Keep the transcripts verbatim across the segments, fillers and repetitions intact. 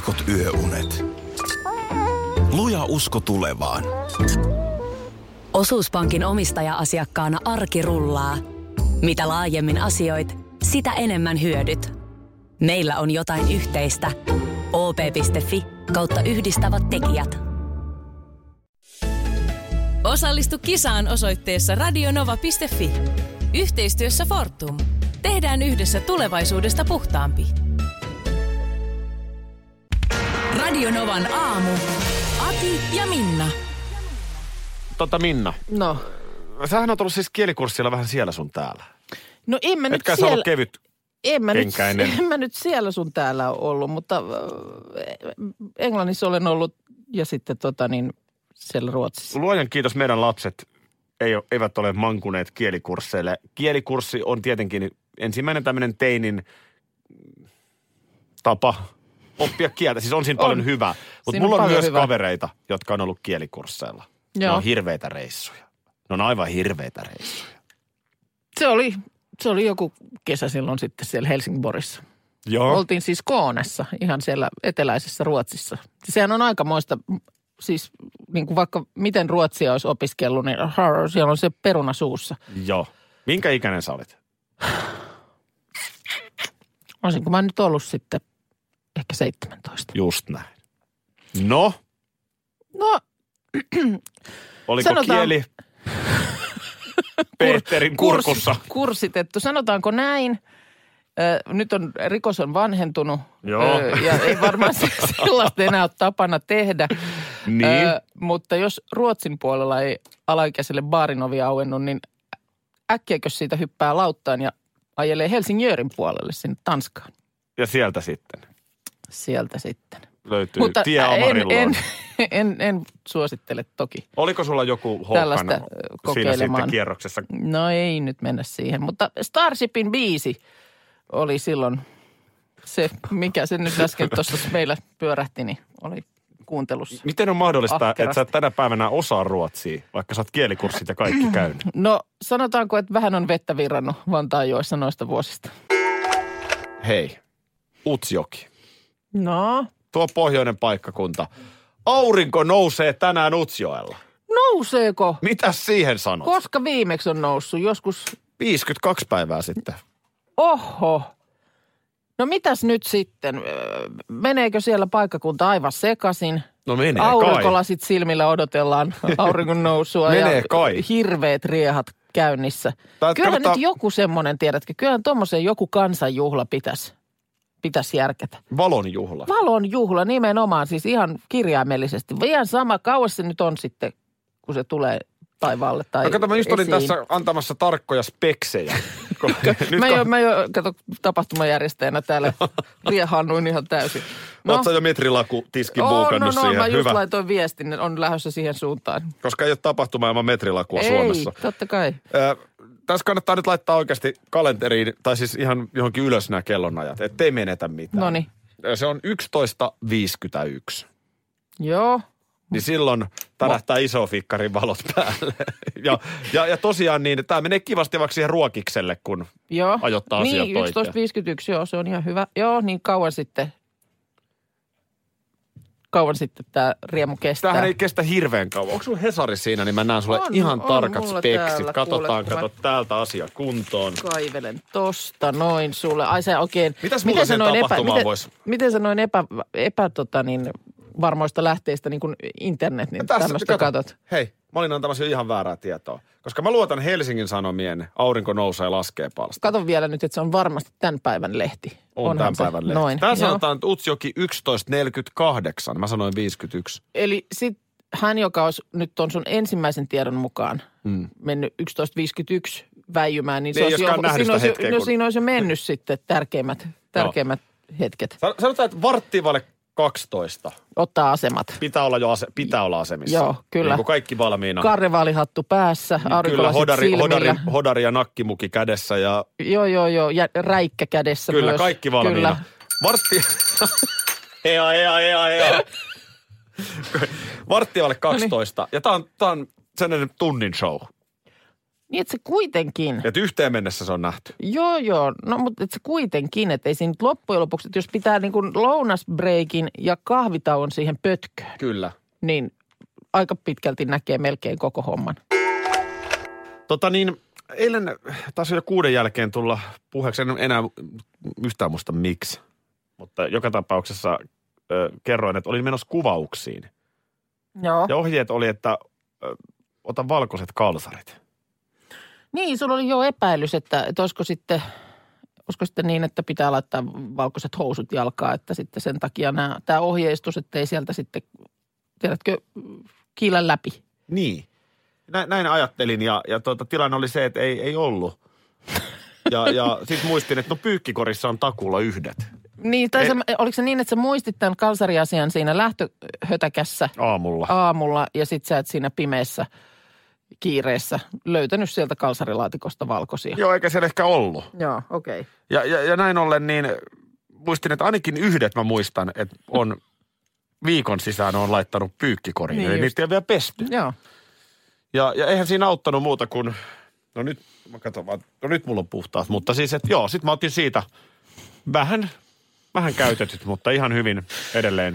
heikot yöunet. Luja usko tulevaan. Osuuspankin omistaja-asiakkaana arki rullaa. Mitä laajemmin asioit, sitä enemmän hyödyt. Meillä on jotain yhteistä. o p piste f i kautta yhdistävät tekijät. Osallistu kisaan osoitteessa radionova piste f i. Yhteistyössä Fortum. Tehdään yhdessä tulevaisuudesta puhtaampi. Radionovan aamu. Ati ja Minna. Tota Minna. No. Sähän on ollut siis kielikurssilla vähän siellä sun täällä. No en mä nyt Etkä siellä... sä ollut kevyt en mä, nyt, kenkäinen. en mä nyt siellä sun täällä ole ollut, mutta äh, Englannissa olen ollut ja sitten tota niin siellä Ruotsissa. Luojan kiitos, meidän lapset ei ole, eivät ole mankuneet kielikursseille. Kielikurssi on tietenkin ensimmäinen tämmöinen teinin tapa oppia kieltä. Siis on siinä on. paljon hyvää. Mutta mulla on, on myös hyvä. kavereita, jotka on ollut kielikursseilla. Joo. Ne on hirveitä reissuja. Ne on aivan hirveitä reissuja. Se oli, se oli joku kesä silloin sitten siellä Helsingborissa. Joo. Oltiin siis Koonessa, ihan siellä eteläisessä Ruotsissa. Sehän on aikamoista, siis niin kuin vaikka miten ruotsia olisi opiskellut, niin siellä on se peruna suussa. Joo. Minkä ikäinen sä olit? Olisinko mä nyt ollut sitten ehkä seitsemäntoista. Just näin. No? No. Oliko sanotaan, kieli Peterin kurkussa? Kurs, kursitettu. Sanotaanko näin? Ö, nyt on, rikos on vanhentunut. Joo. Ö, ja ei varmaan sellaista enää ole tapana tehdä. Niin. Ö, mutta jos Ruotsin puolella ei alaikäiselle baarinovi auennut, niin äkkiäkö siitä hyppää lauttaan ja ajelee Helsingjörin puolelle sinne Tanskaan. Ja sieltä sitten? Sieltä sitten. Löytyy mutta tie Amarilloon. En, en, en, en suosittele toki. Oliko sulla joku hokkan siinä sitten kierroksessa? No ei nyt mennä siihen, mutta Starshipin biisi oli silloin se, mikä se nyt äsken tuossa meillä pyörähti, niin oli kuuntelussa. Miten on mahdollista, ahkerasti. että sä tänä päivänä osaa ruotsia, vaikka sä oot kielikurssit ja kaikki käynyt? No sanotaanko, että vähän on vettä virrannut Vantaanjoessa noista vuosista. Hei, Utsjoki. No? Tuo pohjoinen paikkakunta. Aurinko nousee tänään Utsjoella. Nouseeko? Mitäs siihen sanot? Koska viimeksi on noussut? Joskus... viisikymmentäkaksi päivää sitten. Oho. No mitäs nyt sitten? Meneekö siellä paikkakunta aivan sekaisin? No menee Aurinkolasit kai. Silmillä odotellaan auringon nousua. Menee ja kai. Hirveät riehat käynnissä. Tää, kyllä kannattaa... nyt joku semmoinen, tiedätkö, kyllä tuommoisen joku kansanjuhla pitäisi. Pitäisi järkätä. Valon juhla. Valon juhla nimenomaan, siis ihan kirjaimellisesti. Ihan sama, kauas se nyt on sitten, kun se tulee taivaalle tai no kato, mä just olin esiin. tässä antamassa tarkkoja speksejä. Nyt mä, jo, mä jo, kato, tapahtumajärjestäjänä täällä riehannuin ihan täysin. No. Oletko jo metrilaku tiskin buukannut no, no, siihen? mä just Hyvä. laitoin viestin, on lähdössä siihen suuntaan. Koska ei ole tapahtuma ilman metrilakua ei, Suomessa. Ei, totta kai. Äh, tässä kannattaa nyt laittaa oikeasti kalenteriin, tai siis ihan johonkin ylös nämä kellonajat, ettei menetä mitään. Noniin. Se on yksitoista viisikymmentäyksi. Joo. Niin silloin tärähtää iso fikkarin valot päälle. ja, ja, ja tosiaan niin, tämä menee kivasti vaikka siihen ruokikselle, kun joo. ajoittaa asiat oikein. Niin, yksitoista viisikymmentäyksi, joo, se on ihan hyvä. Joo, niin kauan sitten, kauan sitten tämä riemu kestää. Tämähän ei kestä hirveän kauan. Onko sun Hesari siinä, niin mä näen sulle on, ihan on tarkat speksit. Täällä, Katsotaan, kuule, kato täältä asia kuntoon. Kaivelen tosta noin sulle. Ai sä oikein. Mitäs mulla sen tapahtumaan epä, voisi? Miten, miten sä noin epä, epä tota niin, varmoista lähteistä niin kuin internet, niin tämmöistä katot. Hei, mä olin antamassa jo ihan väärää tietoa. Koska mä luotan Helsingin Sanomien aurinko nousee ja laskee palsta. Kato vielä nyt, että se on varmasti tämän päivän lehti. On Onhan tämän päivän lehti. Noin. Tää sanotaan, että Utsjoki yksitoista neljäkymmentäkahdeksan. Mä sanoin viisikymmentäyksi. Eli sit hän, joka olisi nyt on sun ensimmäisen tiedon mukaan hmm. mennyt yksitoista viisikymmentäyksi väijymään, niin se olisi jo, siinä, olisi, hetkeä, no, kun... siinä olisi jo mennyt sitten tärkeimmät, tärkeimmät no. hetket. Sanotaan, että varttivalle kaksitoista. Ottaa asemat. Pitää olla jo ase, pitää olla asemissa. Joo, kyllä. Niin kaikki valmiina. Karnevaalihattu päässä, aurinkolasit kyllä, hodari, silmillä. Hodari, hodari ja nakkimuki kädessä ja... Joo, joo, joo. Ja räikkä kädessä kyllä, myös. Kyllä, kaikki valmiina. Kyllä. Vartti... ea, ea, ea, ea. Vartti alle kaksitoista. No niin. Ja tää on, tää on sellainen tunnin show. Niin, että se kuitenkin. Että yhteen mennessä se on nähty. Joo, joo. No, mutta että se kuitenkin, että ei siinä nyt loppujen lopuksi, että jos pitää niin kuin lounasbreikin ja kahvitauon siihen pötköön. Kyllä. Niin aika pitkälti näkee melkein koko homman. Tota niin, eilen taas jo kuuden jälkeen tulla puheeksi, en enää yhtään muista miksi. Mutta joka tapauksessa ö, kerroin, että olin menossa kuvauksiin. Joo. Ja ohjeet oli, että ö, ota valkoiset kalsarit. Niin, sulla oli jo epäilys, että, että olisiko sitten, olisiko sitten niin, että pitää laittaa valkoiset housut jalkaan, että sitten sen takia nämä, tämä ohjeistus, että ei sieltä sitten, tiedätkö, kiilän läpi. Niin. Näin, näin ajattelin ja, ja tuota, tilanne oli se, että ei, ei ollut. Ja, ja sitten muistin, että no pyykkikorissa on takulla yhdet. Niin, tai se, oliko se niin, että sä muistit tämän kalsariasian siinä lähtöhötäkässä? Aamulla. Aamulla ja sit sä et siinä pimeässä kiireessä löytänyt sieltä kalsarilaatikosta valkoisia. Joo, eikä siellä ehkä ollut. Joo, okei. Okay. Ja, ja, ja näin ollen niin muistin, että ainakin yhdet mä muistan, että on viikon sisään on laittanut pyykkikoriin. Niin eli just. Niitä ei ole vielä pesty. Joo. Ja, ja eihän siinä auttanut muuta kuin, no nyt, mä katson vaan, no nyt mulla on puhtaat, mutta siis, että joo, sit mä otin siitä vähän, vähän käytetyt, mutta ihan hyvin edelleen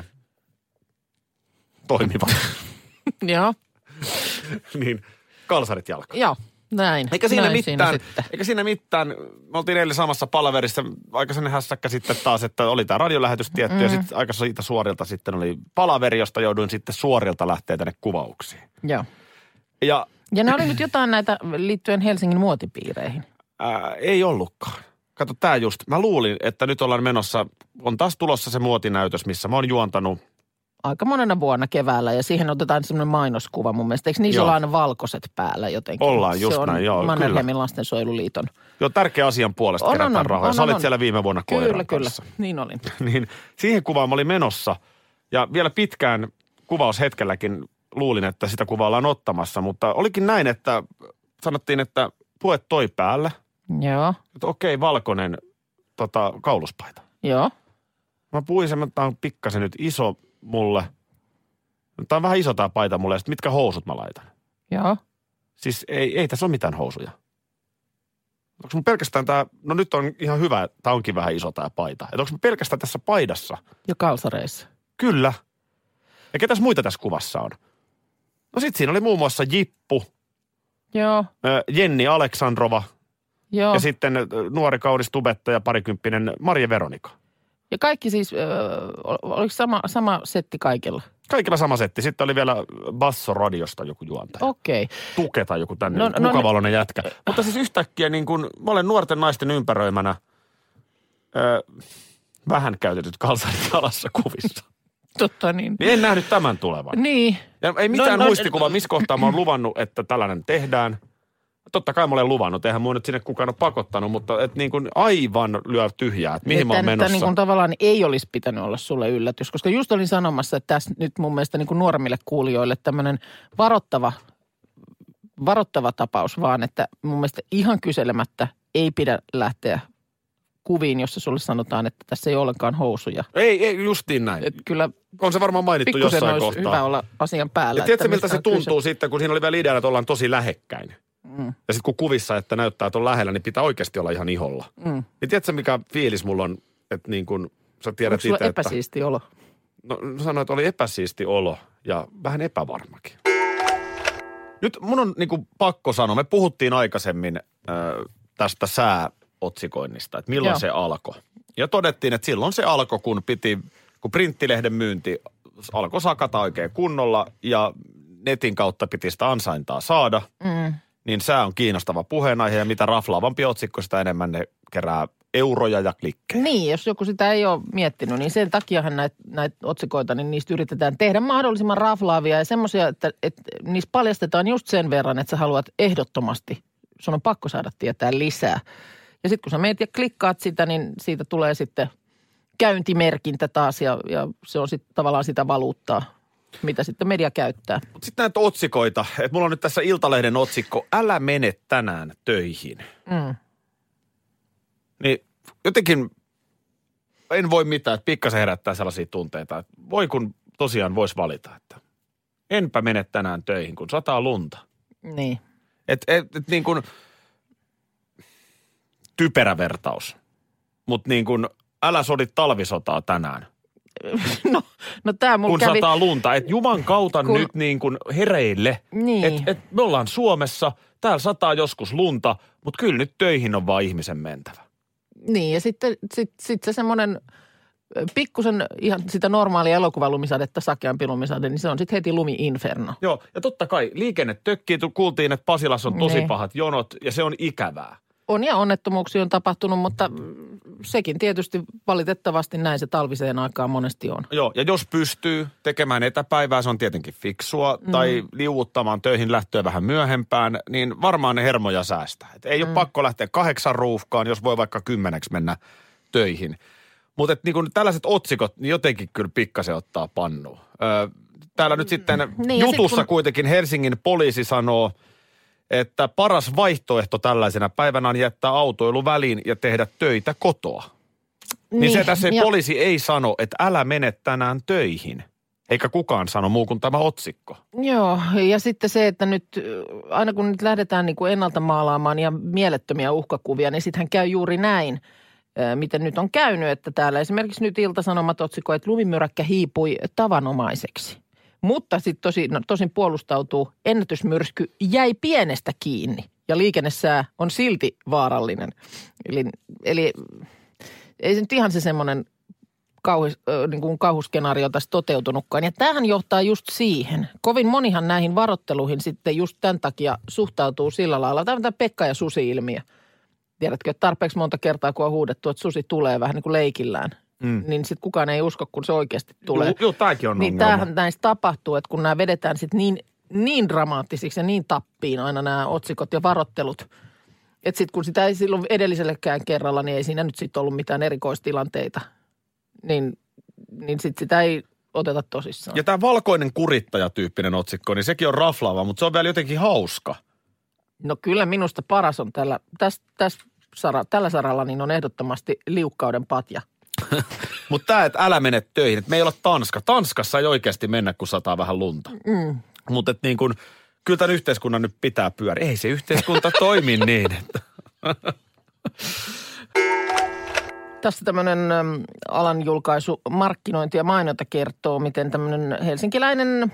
toimivat. Joo. Niin, kalsarit jalkaan. Joo, näin. Eikä siinä näin mitään, siinä eikä siinä mitään, me oltiin eilen samassa palaverissa, aika sellainen hässäkkä sitten taas, että oli tämä radiolähetys tietty mm. ja sitten aika siitä suorilta sitten oli palaveri, josta jouduin sitten suorilta lähteä tänne kuvauksiin. Joo. Ja, ja ne oli nyt jotain näitä liittyen Helsingin muotipiireihin. Ää, ei ollutkaan. Kato, tää just. Mä luulin, että nyt ollaan menossa, on taas tulossa se muotinäytös, missä mä oon juontanut. Aika monena vuonna keväällä ja siihen otetaan semmoinen mainoskuva mun mielestä. Eikö niissä olla aina valkoiset päällä jotenkin? Ollaan just se näin, joo, kyllä. Mannerheimin lastensuojeluliiton. Joo, tärkeä asian puolesta on, kerätään on, rahoja. On, Sä on, olit on. siellä viime vuonna koiran Kyllä, kyllä. kanssa. Niin olin. Niin siihen kuvaan mä olin menossa ja vielä pitkään kuvaushetkelläkin luulin, että sitä kuvaa ollaan ottamassa, mutta olikin näin, että sanottiin, että puet toi päälle. Joo. Että okei, valkoinen tota, kauluspaita. Joo. Mä puhuin sen, että tää on pikkasen nyt iso mulle. Tää on vähän iso tää paita mulle, ja sit mitkä housut mä laitan. Joo. Siis ei, ei tässä ole mitään housuja. Onko mun pelkästään tää, no nyt on ihan hyvä, tää onkin vähän iso tää paita. Että onko mä pelkästään tässä paidassa? Ja kalsareissa. Kyllä. Ja ketäs muita tässä kuvassa on? No sit siinä oli muun muassa Jippu. Joo. Jenni Aleksandrova. Joo. Ja sitten nuori kaunis tubettaja parikymppinen Marje Veronika. Ja kaikki siis, äh, oliko sama, sama setti kaikilla? Kaikilla sama setti. Sitten oli vielä Basso Radiosta joku juontaja. Okei. Okay. Tuke tai joku tänne no, no, mukavaloinen no, jätkä. Mutta siis yhtäkkiä niin kuin, mä olen nuorten naisten ympäröimänä ö, vähän käytetyt kalsarit jalassa kuvissa. Totta niin. Niin en nähnyt tämän tulevan. Niin. Ja ei mitään no, no, muistikuvaa, missä kohtaa mä oon luvannut, että tällainen tehdään. Totta kai mä olen luvannut, eihän mun nyt sinne kukaan ole pakottanut, mutta et niin kuin aivan lyö tyhjää, että mihin että, mä oon menossa. Että niin kuin tavallaan ei olisi pitänyt olla sulle yllätys, koska just olin sanomassa, että tässä nyt mun mielestä niin kuin nuoremmille kuulijoille tämmöinen varoittava, varoittava tapaus vaan, että mun mielestä ihan kyselemättä ei pidä lähteä kuviin, jossa sulle sanotaan, että tässä ei ole ollenkaan housuja. Ei, ei justiin näin. Et kyllä on se varmaan mainittu jossain olisi kohtaa. Hyvä olla asian päällä. Ja tiedätkö, miltä se tuntuu kyse? Sitten, kun siinä oli vielä ideana, että ollaan tosi lähekkäin. Mm. Ja sitten kun kuvissa, että näyttää, että on lähellä, niin pitää oikeasti olla ihan iholla. Mm. Niin tiedätkö, mikä fiilis mulla on, että niin kuin sä tiedät itse, että... Onko epäsiisti olo? No sanoin, että oli epäsiisti olo ja vähän epävarmakin. Nyt mun on niin kuin pakko sanoa, me puhuttiin aikaisemmin äh, tästä sääotsikoinnista, että milloin Joo. se alkoi. Ja todettiin, että silloin se alkoi, kun piti, kun printtilehden myynti alkoi sakata oikein kunnolla ja netin kautta piti sitä ansaintaa saada. Mm. Niin sää on kiinnostava puheenaihe ja mitä raflaavampi otsikko, sitä enemmän ne kerää euroja ja klikkejä. Niin, jos joku sitä ei ole miettinyt, niin sen takiahan näitä näit otsikoita, niin niistä yritetään tehdä mahdollisimman raflaavia ja semmoisia, että, että niissä paljastetaan just sen verran, että sä haluat ehdottomasti, sun on pakko saada tietää lisää. Ja sitten kun sä meet ja klikkaat sitä, niin siitä tulee sitten käyntimerkintä taas ja, ja se on sitten tavallaan sitä valuuttaa, mitä sitten media käyttää. Sitten näitä otsikoita, että mulla on nyt tässä Iltalehden otsikko, älä mene tänään töihin. Mm. Niin jotenkin en voi mitään, että pikkasen herättää sellaisia tunteita, että voi kun tosiaan voisi valita, että enpä mene tänään töihin, kun sataa lunta. Niin. Että et, et niin kuin typerä vertaus, mutta niin kuin älä sodi talvisotaa tänään. No, no tää mun kun kävi... sataa lunta, että Juman kautta kun... nyt niin kuin hereille, niin. että et me ollaan Suomessa, täällä sataa joskus lunta, mutta kyllä nyt töihin on vaan ihmisen mentävä. Niin ja sitten sit, sit se semmoinen pikkusen ihan sitä normaalia elokuvalumisadetta, sakeampi lumisade, niin se on sitten heti lumi-inferno. Joo, ja totta kai liikenne tökkii, kuultiin, että Pasilassa on tosi ne. pahat jonot ja se on ikävää. On ja onnettomuuksia on tapahtunut, mutta sekin tietysti valitettavasti näin se talviseen aikaan monesti on. Joo, ja jos pystyy tekemään etäpäivää, se on tietenkin fiksua, mm. tai liuuttamaan töihin lähtöä vähän myöhempään, niin varmaan ne hermoja säästää. Et ei mm. ole pakko lähteä kahdeksan ruuhkaan, jos voi vaikka kymmeneksi mennä töihin. Mutta niinku tällaiset otsikot, niin jotenkin kyllä pikkasen ottaa pannuun. Öö, täällä nyt sitten mm. niin, jutussa sit kun... kuitenkin Helsingin poliisi sanoo, että paras vaihtoehto tällaisena päivänä on jättää autoilu väliin ja tehdä töitä kotoa. Niin, niin se tässä ja... poliisi ei sano, että älä mene tänään töihin. Eikä kukaan sano muu kuin tämä otsikko. Joo, ja sitten se, että nyt aina kun nyt lähdetään niin kuin ennalta maalaamaan ja mielettömiä uhkakuvia, niin sittenhän käy juuri näin, miten nyt on käynyt. Että täällä esimerkiksi nyt Ilta-Sanomat otsikoi, että lumimyräkkä hiipui tavanomaiseksi. Mutta sitten tosi, no, tosin puolustautuu, ennätysmyrsky jäi pienestä kiinni ja liikennesää on silti vaarallinen. Eli, eli ei se nyt ihan se semmoinen kauhus, äh, niin kuin kauhuskenaario tässä toteutunutkaan. Ja tämähän johtaa just siihen. Kovin monihan näihin varoitteluihin sitten just tämän takia suhtautuu sillä lailla. Tämä on tämä Pekka ja Susi-ilmiö. Tiedätkö, että tarpeeksi monta kertaa kun on huudettu, että susi tulee vähän niin kuin leikillään. Mm. Niin sitten kukaan ei usko, kun se oikeasti tulee. Joo, joo tämäkin on niin ongelma. Tämähän näistä tapahtuu, että kun nämä vedetään sitten niin, niin dramaattisiksi ja niin tappiin aina nämä otsikot ja varottelut. Että sitten kun sitä ei silloin edellisellekään kerralla, niin ei siinä nyt sitten ollut mitään erikoistilanteita. Niin, niin sitten sitä ei oteta tosissaan. Ja tämä valkoinen kurittaja-tyyppinen otsikko, niin sekin on raflaava, mutta se on vielä jotenkin hauska. No kyllä minusta paras on tällä, täs, täs sara, tällä saralla niin on ehdottomasti liukkauden patja. Mutta tämä, että älä mene töihin, että me ei olla Tanska. Tanskassa ei oikeasti mennä, kun sataa vähän lunta. Mm. Mutta niin kun, kyllä tämän yhteiskunnan nyt pitää pyöriä. Ei se yhteiskunta toimi niin. Tässä tämmöinen alan julkaisu markkinointi ja mainonta kertoo, miten tämmöinen helsinkiläinen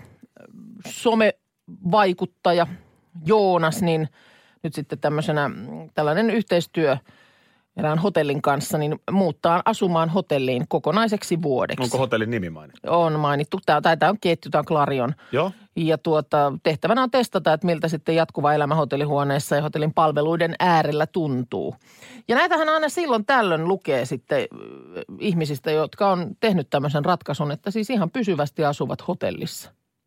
somevaikuttaja Joonas, niin nyt sitten tämmöisenä tällainen yhteistyö erään hotellin kanssa, niin muuttaa asumaan hotelliin kokonaiseksi vuodeksi. Onko hotellin nimi mainittu? On mainittu. Tämä, tämä on ketju, tämä on Clarion. Joo. Ja tuota, tehtävänä on testata, että miltä sitten jatkuva elämä hotellihuoneessa ja hotellin palveluiden äärellä tuntuu. Ja näitähän aina silloin tällöin lukee sitten ihmisistä, jotka on tehnyt tämmöisen ratkaisun, että siis ihan pysyvästi asuvat hotellissa.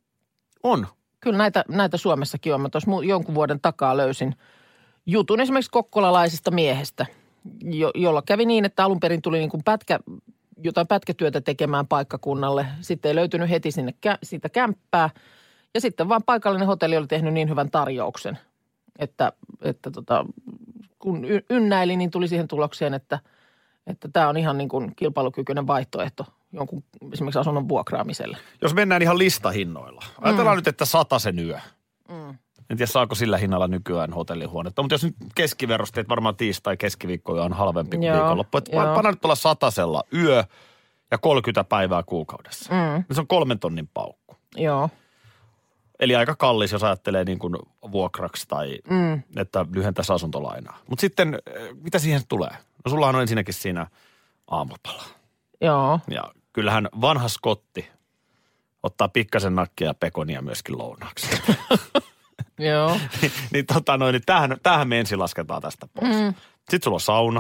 On. Kyllä näitä, näitä Suomessakin on. Mä tuossa jonkun vuoden takaa löysin jutun esimerkiksi kokkolalaisesta miehestä, jo, jolla kävi niin, että alun perin tuli niin kuin pätkä, jotain pätkätyötä tekemään paikkakunnalle. Sitten ei löytynyt heti sinne kä- siitä kämppää. Ja sitten vaan paikallinen hotelli oli tehnyt niin hyvän tarjouksen, että, että tota, kun y- ynnäili, niin tuli siihen tulokseen, että, että tämä on ihan niin kuin kilpailukykyinen vaihtoehto jonkun esimerkiksi asunnon vuokraamiselle. Jos mennään ihan listahinnoilla. Ajatellaan mm. nyt, että satasen yö. Mm. En tiedä, saako sillä hinnalla nykyään hotellihuonetta. Mutta jos nyt keskiverrosteet, varmaan tiistai keskiviikko on halvempi kuin viikonloppu. Panna nyt tuolla satasella yö ja kolmekymmentä päivää kuukaudessa. Mm. Se on kolmen tonnin paukku. Joo. Eli aika kallis, jos ajattelee niin kuin vuokraksi tai mm. että lyhentäisi asuntolainaa. Mutta sitten, mitä siihen tulee? No sullahan on ensinnäkin siinä aamupala. Joo. Ja kyllähän vanha skotti ottaa pikkasen nakkia ja pekonia myöskin lounaaksi. Joo. niin, niin tota noin, niin tämähän, tämähän me ensin lasketaan tästä pois. Mm. Sitten sulla on sauna,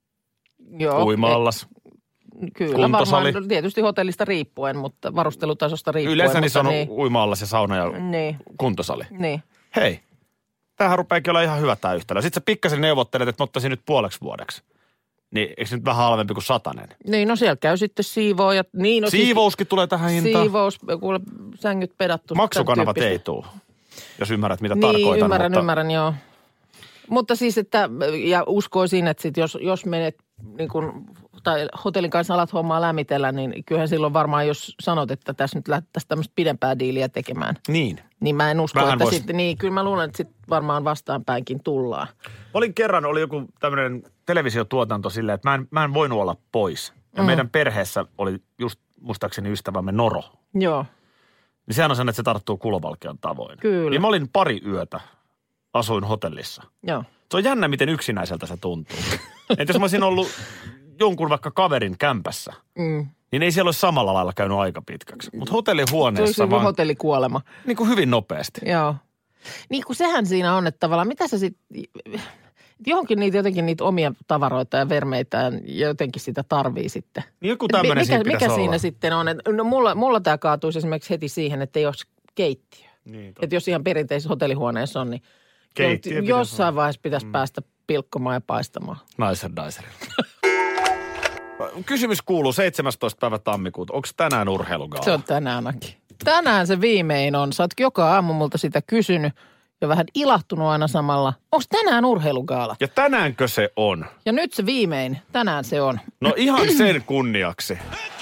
Joo. uima-allas, kyllä, kuntosali. Varmaan tietysti hotellista riippuen, mutta varustelutasosta riippuen. Yleensä niin se on niin... uima-allas ja sauna ja niin. kuntosali. Niin. Hei, tämähän rupeakin olla ihan hyvä tämä yhtälö. Sitten sä pikkasen neuvottelet, että mä ottaisin nyt puoleksi vuodeksi. Niin eikö nyt vähän halvempi kuin satanen? Niin, no siellä käy sitten siivoojat. Niin, no Siivouskin siis, tulee tähän hintaan. Siivous, kuule sängyt pedattu. Maksukanavat ei tule, jos ymmärrät mitä niin, tarkoitan. Niin, ymmärrän, mutta... ymmärrän, joo. Mutta siis, että ja uskoisin, että sit jos, jos menet niin kuin tai hotellin kanssa alat hommaa lämmitellä, niin kyllähän silloin varmaan, jos sanot, että tässä nyt lähdettäisiin tämmöistä pidempää diiliä tekemään. Niin. Niin mä en usko, Vähän että vois... sitten, niin kyllä mä luulen, että sitten varmaan vastaanpäinkin tullaan. Olin kerran, oli joku tämmöinen televisiotuotanto silleen, että mä en, mä en voinut olla pois. Ja mm. meidän perheessä oli just muistaakseni ystävämme Noro. Joo. Niin sehän on sen, että se tarttuu kulovalkean tavoin. Kyllä. Niin mä olin pari yötä, asuin hotellissa. Joo. Se on jännä, miten yksinäiseltä se tuntuu. Että jos mä olisin ollut jonkun vaikka kaverin kämpässä, mm. niin ei siellä olisi samalla lailla käynyt aika pitkäksi. Mutta hotellihuoneessa se vaan... hotellikuolema. Niin kuin hyvin nopeasti. Joo. Niin kuin sehän siinä on, että tavallaan mitä sä sitten... Johonkin niitä jotenkin niitä omia tavaroita ja vermeitä ja jotenkin sitä tarvii sitten. Niin joku tämmöinen siinä mikä, mikä siinä sitten on? Että no mulla, mulla tämä kaatuisi esimerkiksi heti siihen, että ei olisi keittiö. Niin, että jos ihan perinteisessä hotellihuoneessa on, niin keittiö jossain vaiheessa pitäisi mm. päästä pilkkomaan ja paistamaan. Naisen naiserilla. Kysymys kuuluu seitsemästoista päivä tammikuuta. Onko tänään urheilugaala? Se on tänäänkin. Tänään se viimein on. Sä oot joka aamu multa sitä kysynyt. Ja vähän ilahtunut aina samalla. Onko tänään urheilugaala? Ja tänäänkö se on? Ja nyt se viimein. Tänään se on. No ihan sen kunniaksi.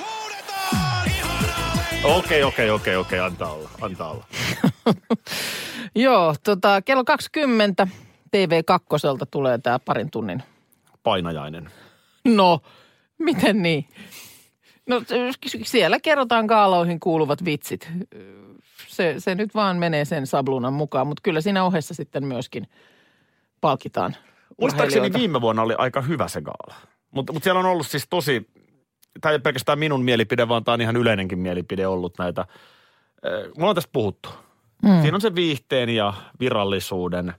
Okei, okei, okei, okei. Antaa olla, antaa olla. Joo, tota, kello kaksikymmentä T V kaksi tulee tää parin tunnin. Painajainen. No, miten niin? No siellä kerrotaan gaaloihin kuuluvat vitsit. Se, se nyt vaan menee sen sabluunan mukaan, mutta kyllä siinä ohessa sitten myöskin palkitaan muistaakseni viime vuonna oli aika hyvä se gaala. Mutta mut siellä on ollut siis tosi, tämä ei pelkästään minun mielipide, vaan tämä on ihan yleinenkin mielipide ollut näitä. Mulla on tästä puhuttu. Mm. Siinä on se viihteen ja virallisuuden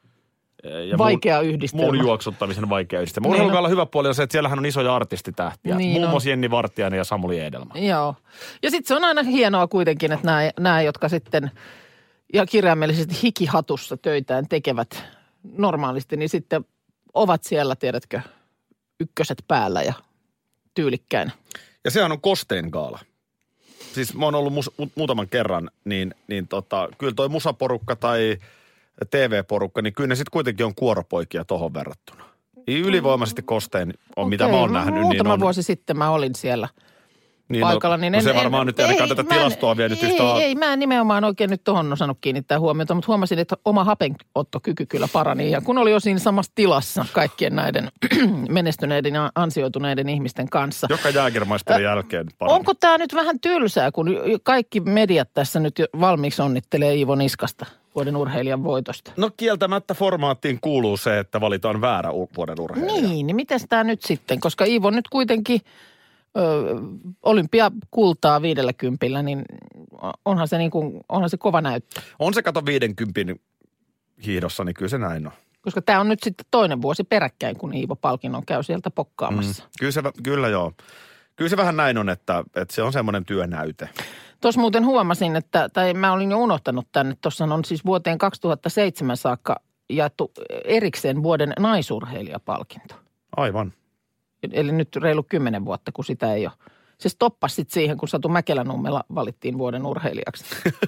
ja vaikea muun, yhdistelmä. muun juoksuttamisen vaikea yhdistelmä. Niin urheilugaalla hyvä puoli on se, että siellähän on isoja artistitähtiä. Niin muun on. muassa Jenni Vartiainen ja Samuli Edelman. Joo. Ja sitten se on aina hienoa kuitenkin, että nämä, nämä jotka sitten ja kirjaimellisesti hikihatussa töitään tekevät normaalisti, niin sitten ovat siellä, tiedätkö, ykköset päällä ja tyylikkäin. Ja sehän on kostein gaala. Siis mä oon ollut mus, muutaman kerran, niin, niin tota, kyllä toi musaporukka tai T V-porukka, niin kyllä ne sitten kuitenkin on kuoropoikia tohon verrattuna. Niin ylivoimaisesti kostein on, okay, mitä mä oon nähnyt. Muutama niin on... vuosi sitten mä olin siellä niin paikalla. No, niin no en, se varmaan en, nyt ei ainakaan tätä tilastoa vie nyt ei, yhtä... Ei, ei, mä en nimenomaan oikein nyt tohon osannut kiinnittää huomiota, mutta huomasin, että oma hapenottokyky kyllä parani. Ja kun oli jo siinä samassa tilassa kaikkien näiden menestyneiden ja ansioituneiden ihmisten kanssa. Joka Jägermeisterin jälkeen parani. Onko tämä nyt vähän tylsää, kun kaikki mediat tässä nyt jo valmiiksi onnittelee Iivo Niskasta vuoden urheilijan voitosta? No kieltämättä formaattiin kuuluu se, että valitaan väärä vuoden urheilija. Niin, niin miten tämä nyt sitten? Koska Iivo nyt kuitenkin ö, olympiakultaa viidelläkympillä, niin onhan se, niin kuin, onhan se kova näyttö. On se kato viidenkympin hiihdossa, niin kyllä se näin on. Koska tämä on nyt sitten toinen vuosi peräkkäin, kun Iivo palkinnon käy sieltä pokkaamassa. Mm, kyllä, se, kyllä joo. Kyllä se vähän näin on, että, että se on semmoinen työnäyte. Tuossa muuten huomasin, että, tai mä olin jo unohtanut tänne, tuossa on siis vuoteen kaksituhattaseitsemän saakka jaettu erikseen vuoden naisurheilijapalkinto. Aivan. Eli nyt reilu kymmenen vuotta, kun sitä ei ole. Se stoppasi sitten siihen, kun Satu Mäkelänummela valittiin vuoden urheilijaksi.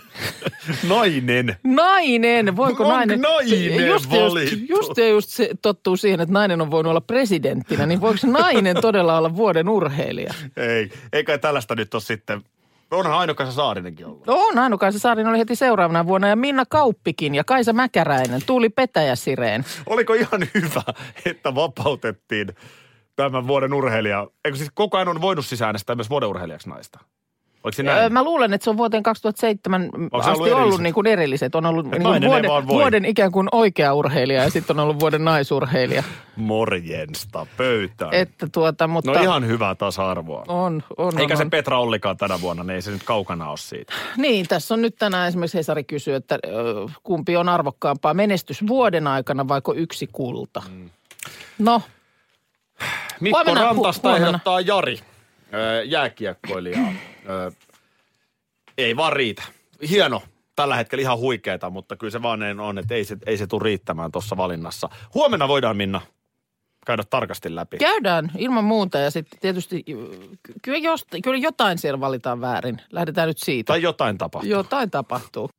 Nainen. Nainen. Voiko on nainen? nainen just, valittu. Just, just, just se tottuu siihen, että nainen on voinut olla presidenttinä, niin voiko nainen todella olla vuoden urheilija? Ei, eikä tällaista nyt ole sitten. Onhan Aino-Kaisa Saarinenkin ollut. On, Aino-Kaisa Saarinen oli heti seuraavana vuonna ja Minna Kauppikin ja Kaisa Mäkäräinen, Tuuli Petäjä-Sireen. Oliko ihan hyvä, että vapautettiin tämän vuoden urheilija? Eikö siis koko ajan on voinut sisäänestää myös vuoden urheilijaksi naista? Oliko se näin? Mä luulen, että se on vuoteen kaksituhattaseitsemän asti ollut, ollut niin kuin erilliset. On ollut niin kuin vuoden, vuoden ikään kuin oikea urheilija ja sitten on ollut vuoden naisurheilija. Morjensta pöytään. Että tuota, mutta... No ihan hyvää tasa-arvoa. On, on. Eikä on, se on. Petra Ollikaan tänä vuonna, niin ei se nyt kaukana ole siitä. Niin, tässä on nyt tänään esimerkiksi Hesari kysyy, että kumpi on arvokkaampaa, menestys vuoden aikana vaiko yksi kulta? Mm. No. Mikko huomenna, Rantasta hu- ehdottaa Jari, öö, jääkiekkoilijaa. Öö, ei vaan riitä. Hieno. Tällä hetkellä ihan huikeeta, mutta kyllä se vaan on, että ei se, ei se tule riittämään tuossa valinnassa. Huomenna voidaan, Minna, käydä tarkasti läpi. Käydään ilman muuta ja sitten tietysti kyllä, josta, kyllä jotain siellä valitaan väärin. Lähdetään nyt siitä. Tai jotain tapahtuu. Jotain tapahtuu.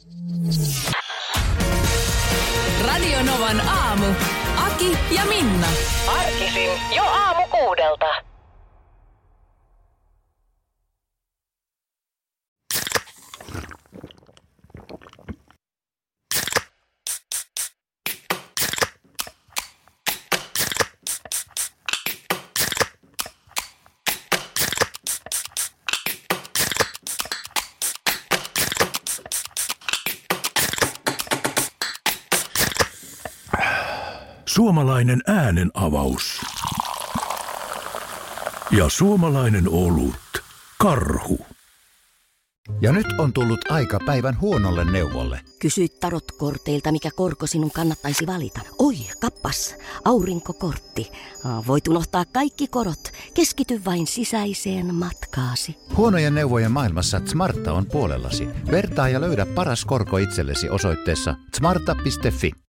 Radio Novan aamu. Aki ja Minna. Arkisin jo aamu kuudelta. suomalainen äänen avaus. Ja suomalainen olut. Karhu. Ja nyt on tullut aika päivän huonolle neuvolle. Kysy tarotkorteilta, mikä korko sinun kannattaisi valita. Oi, kappas, aurinkokortti. Voit unohtaa kaikki korot. Keskity vain sisäiseen matkaasi. Huonojen neuvojen maailmassa Smarta on puolellasi. Vertaa ja löydä paras korko itsellesi osoitteessa smarta piste fi.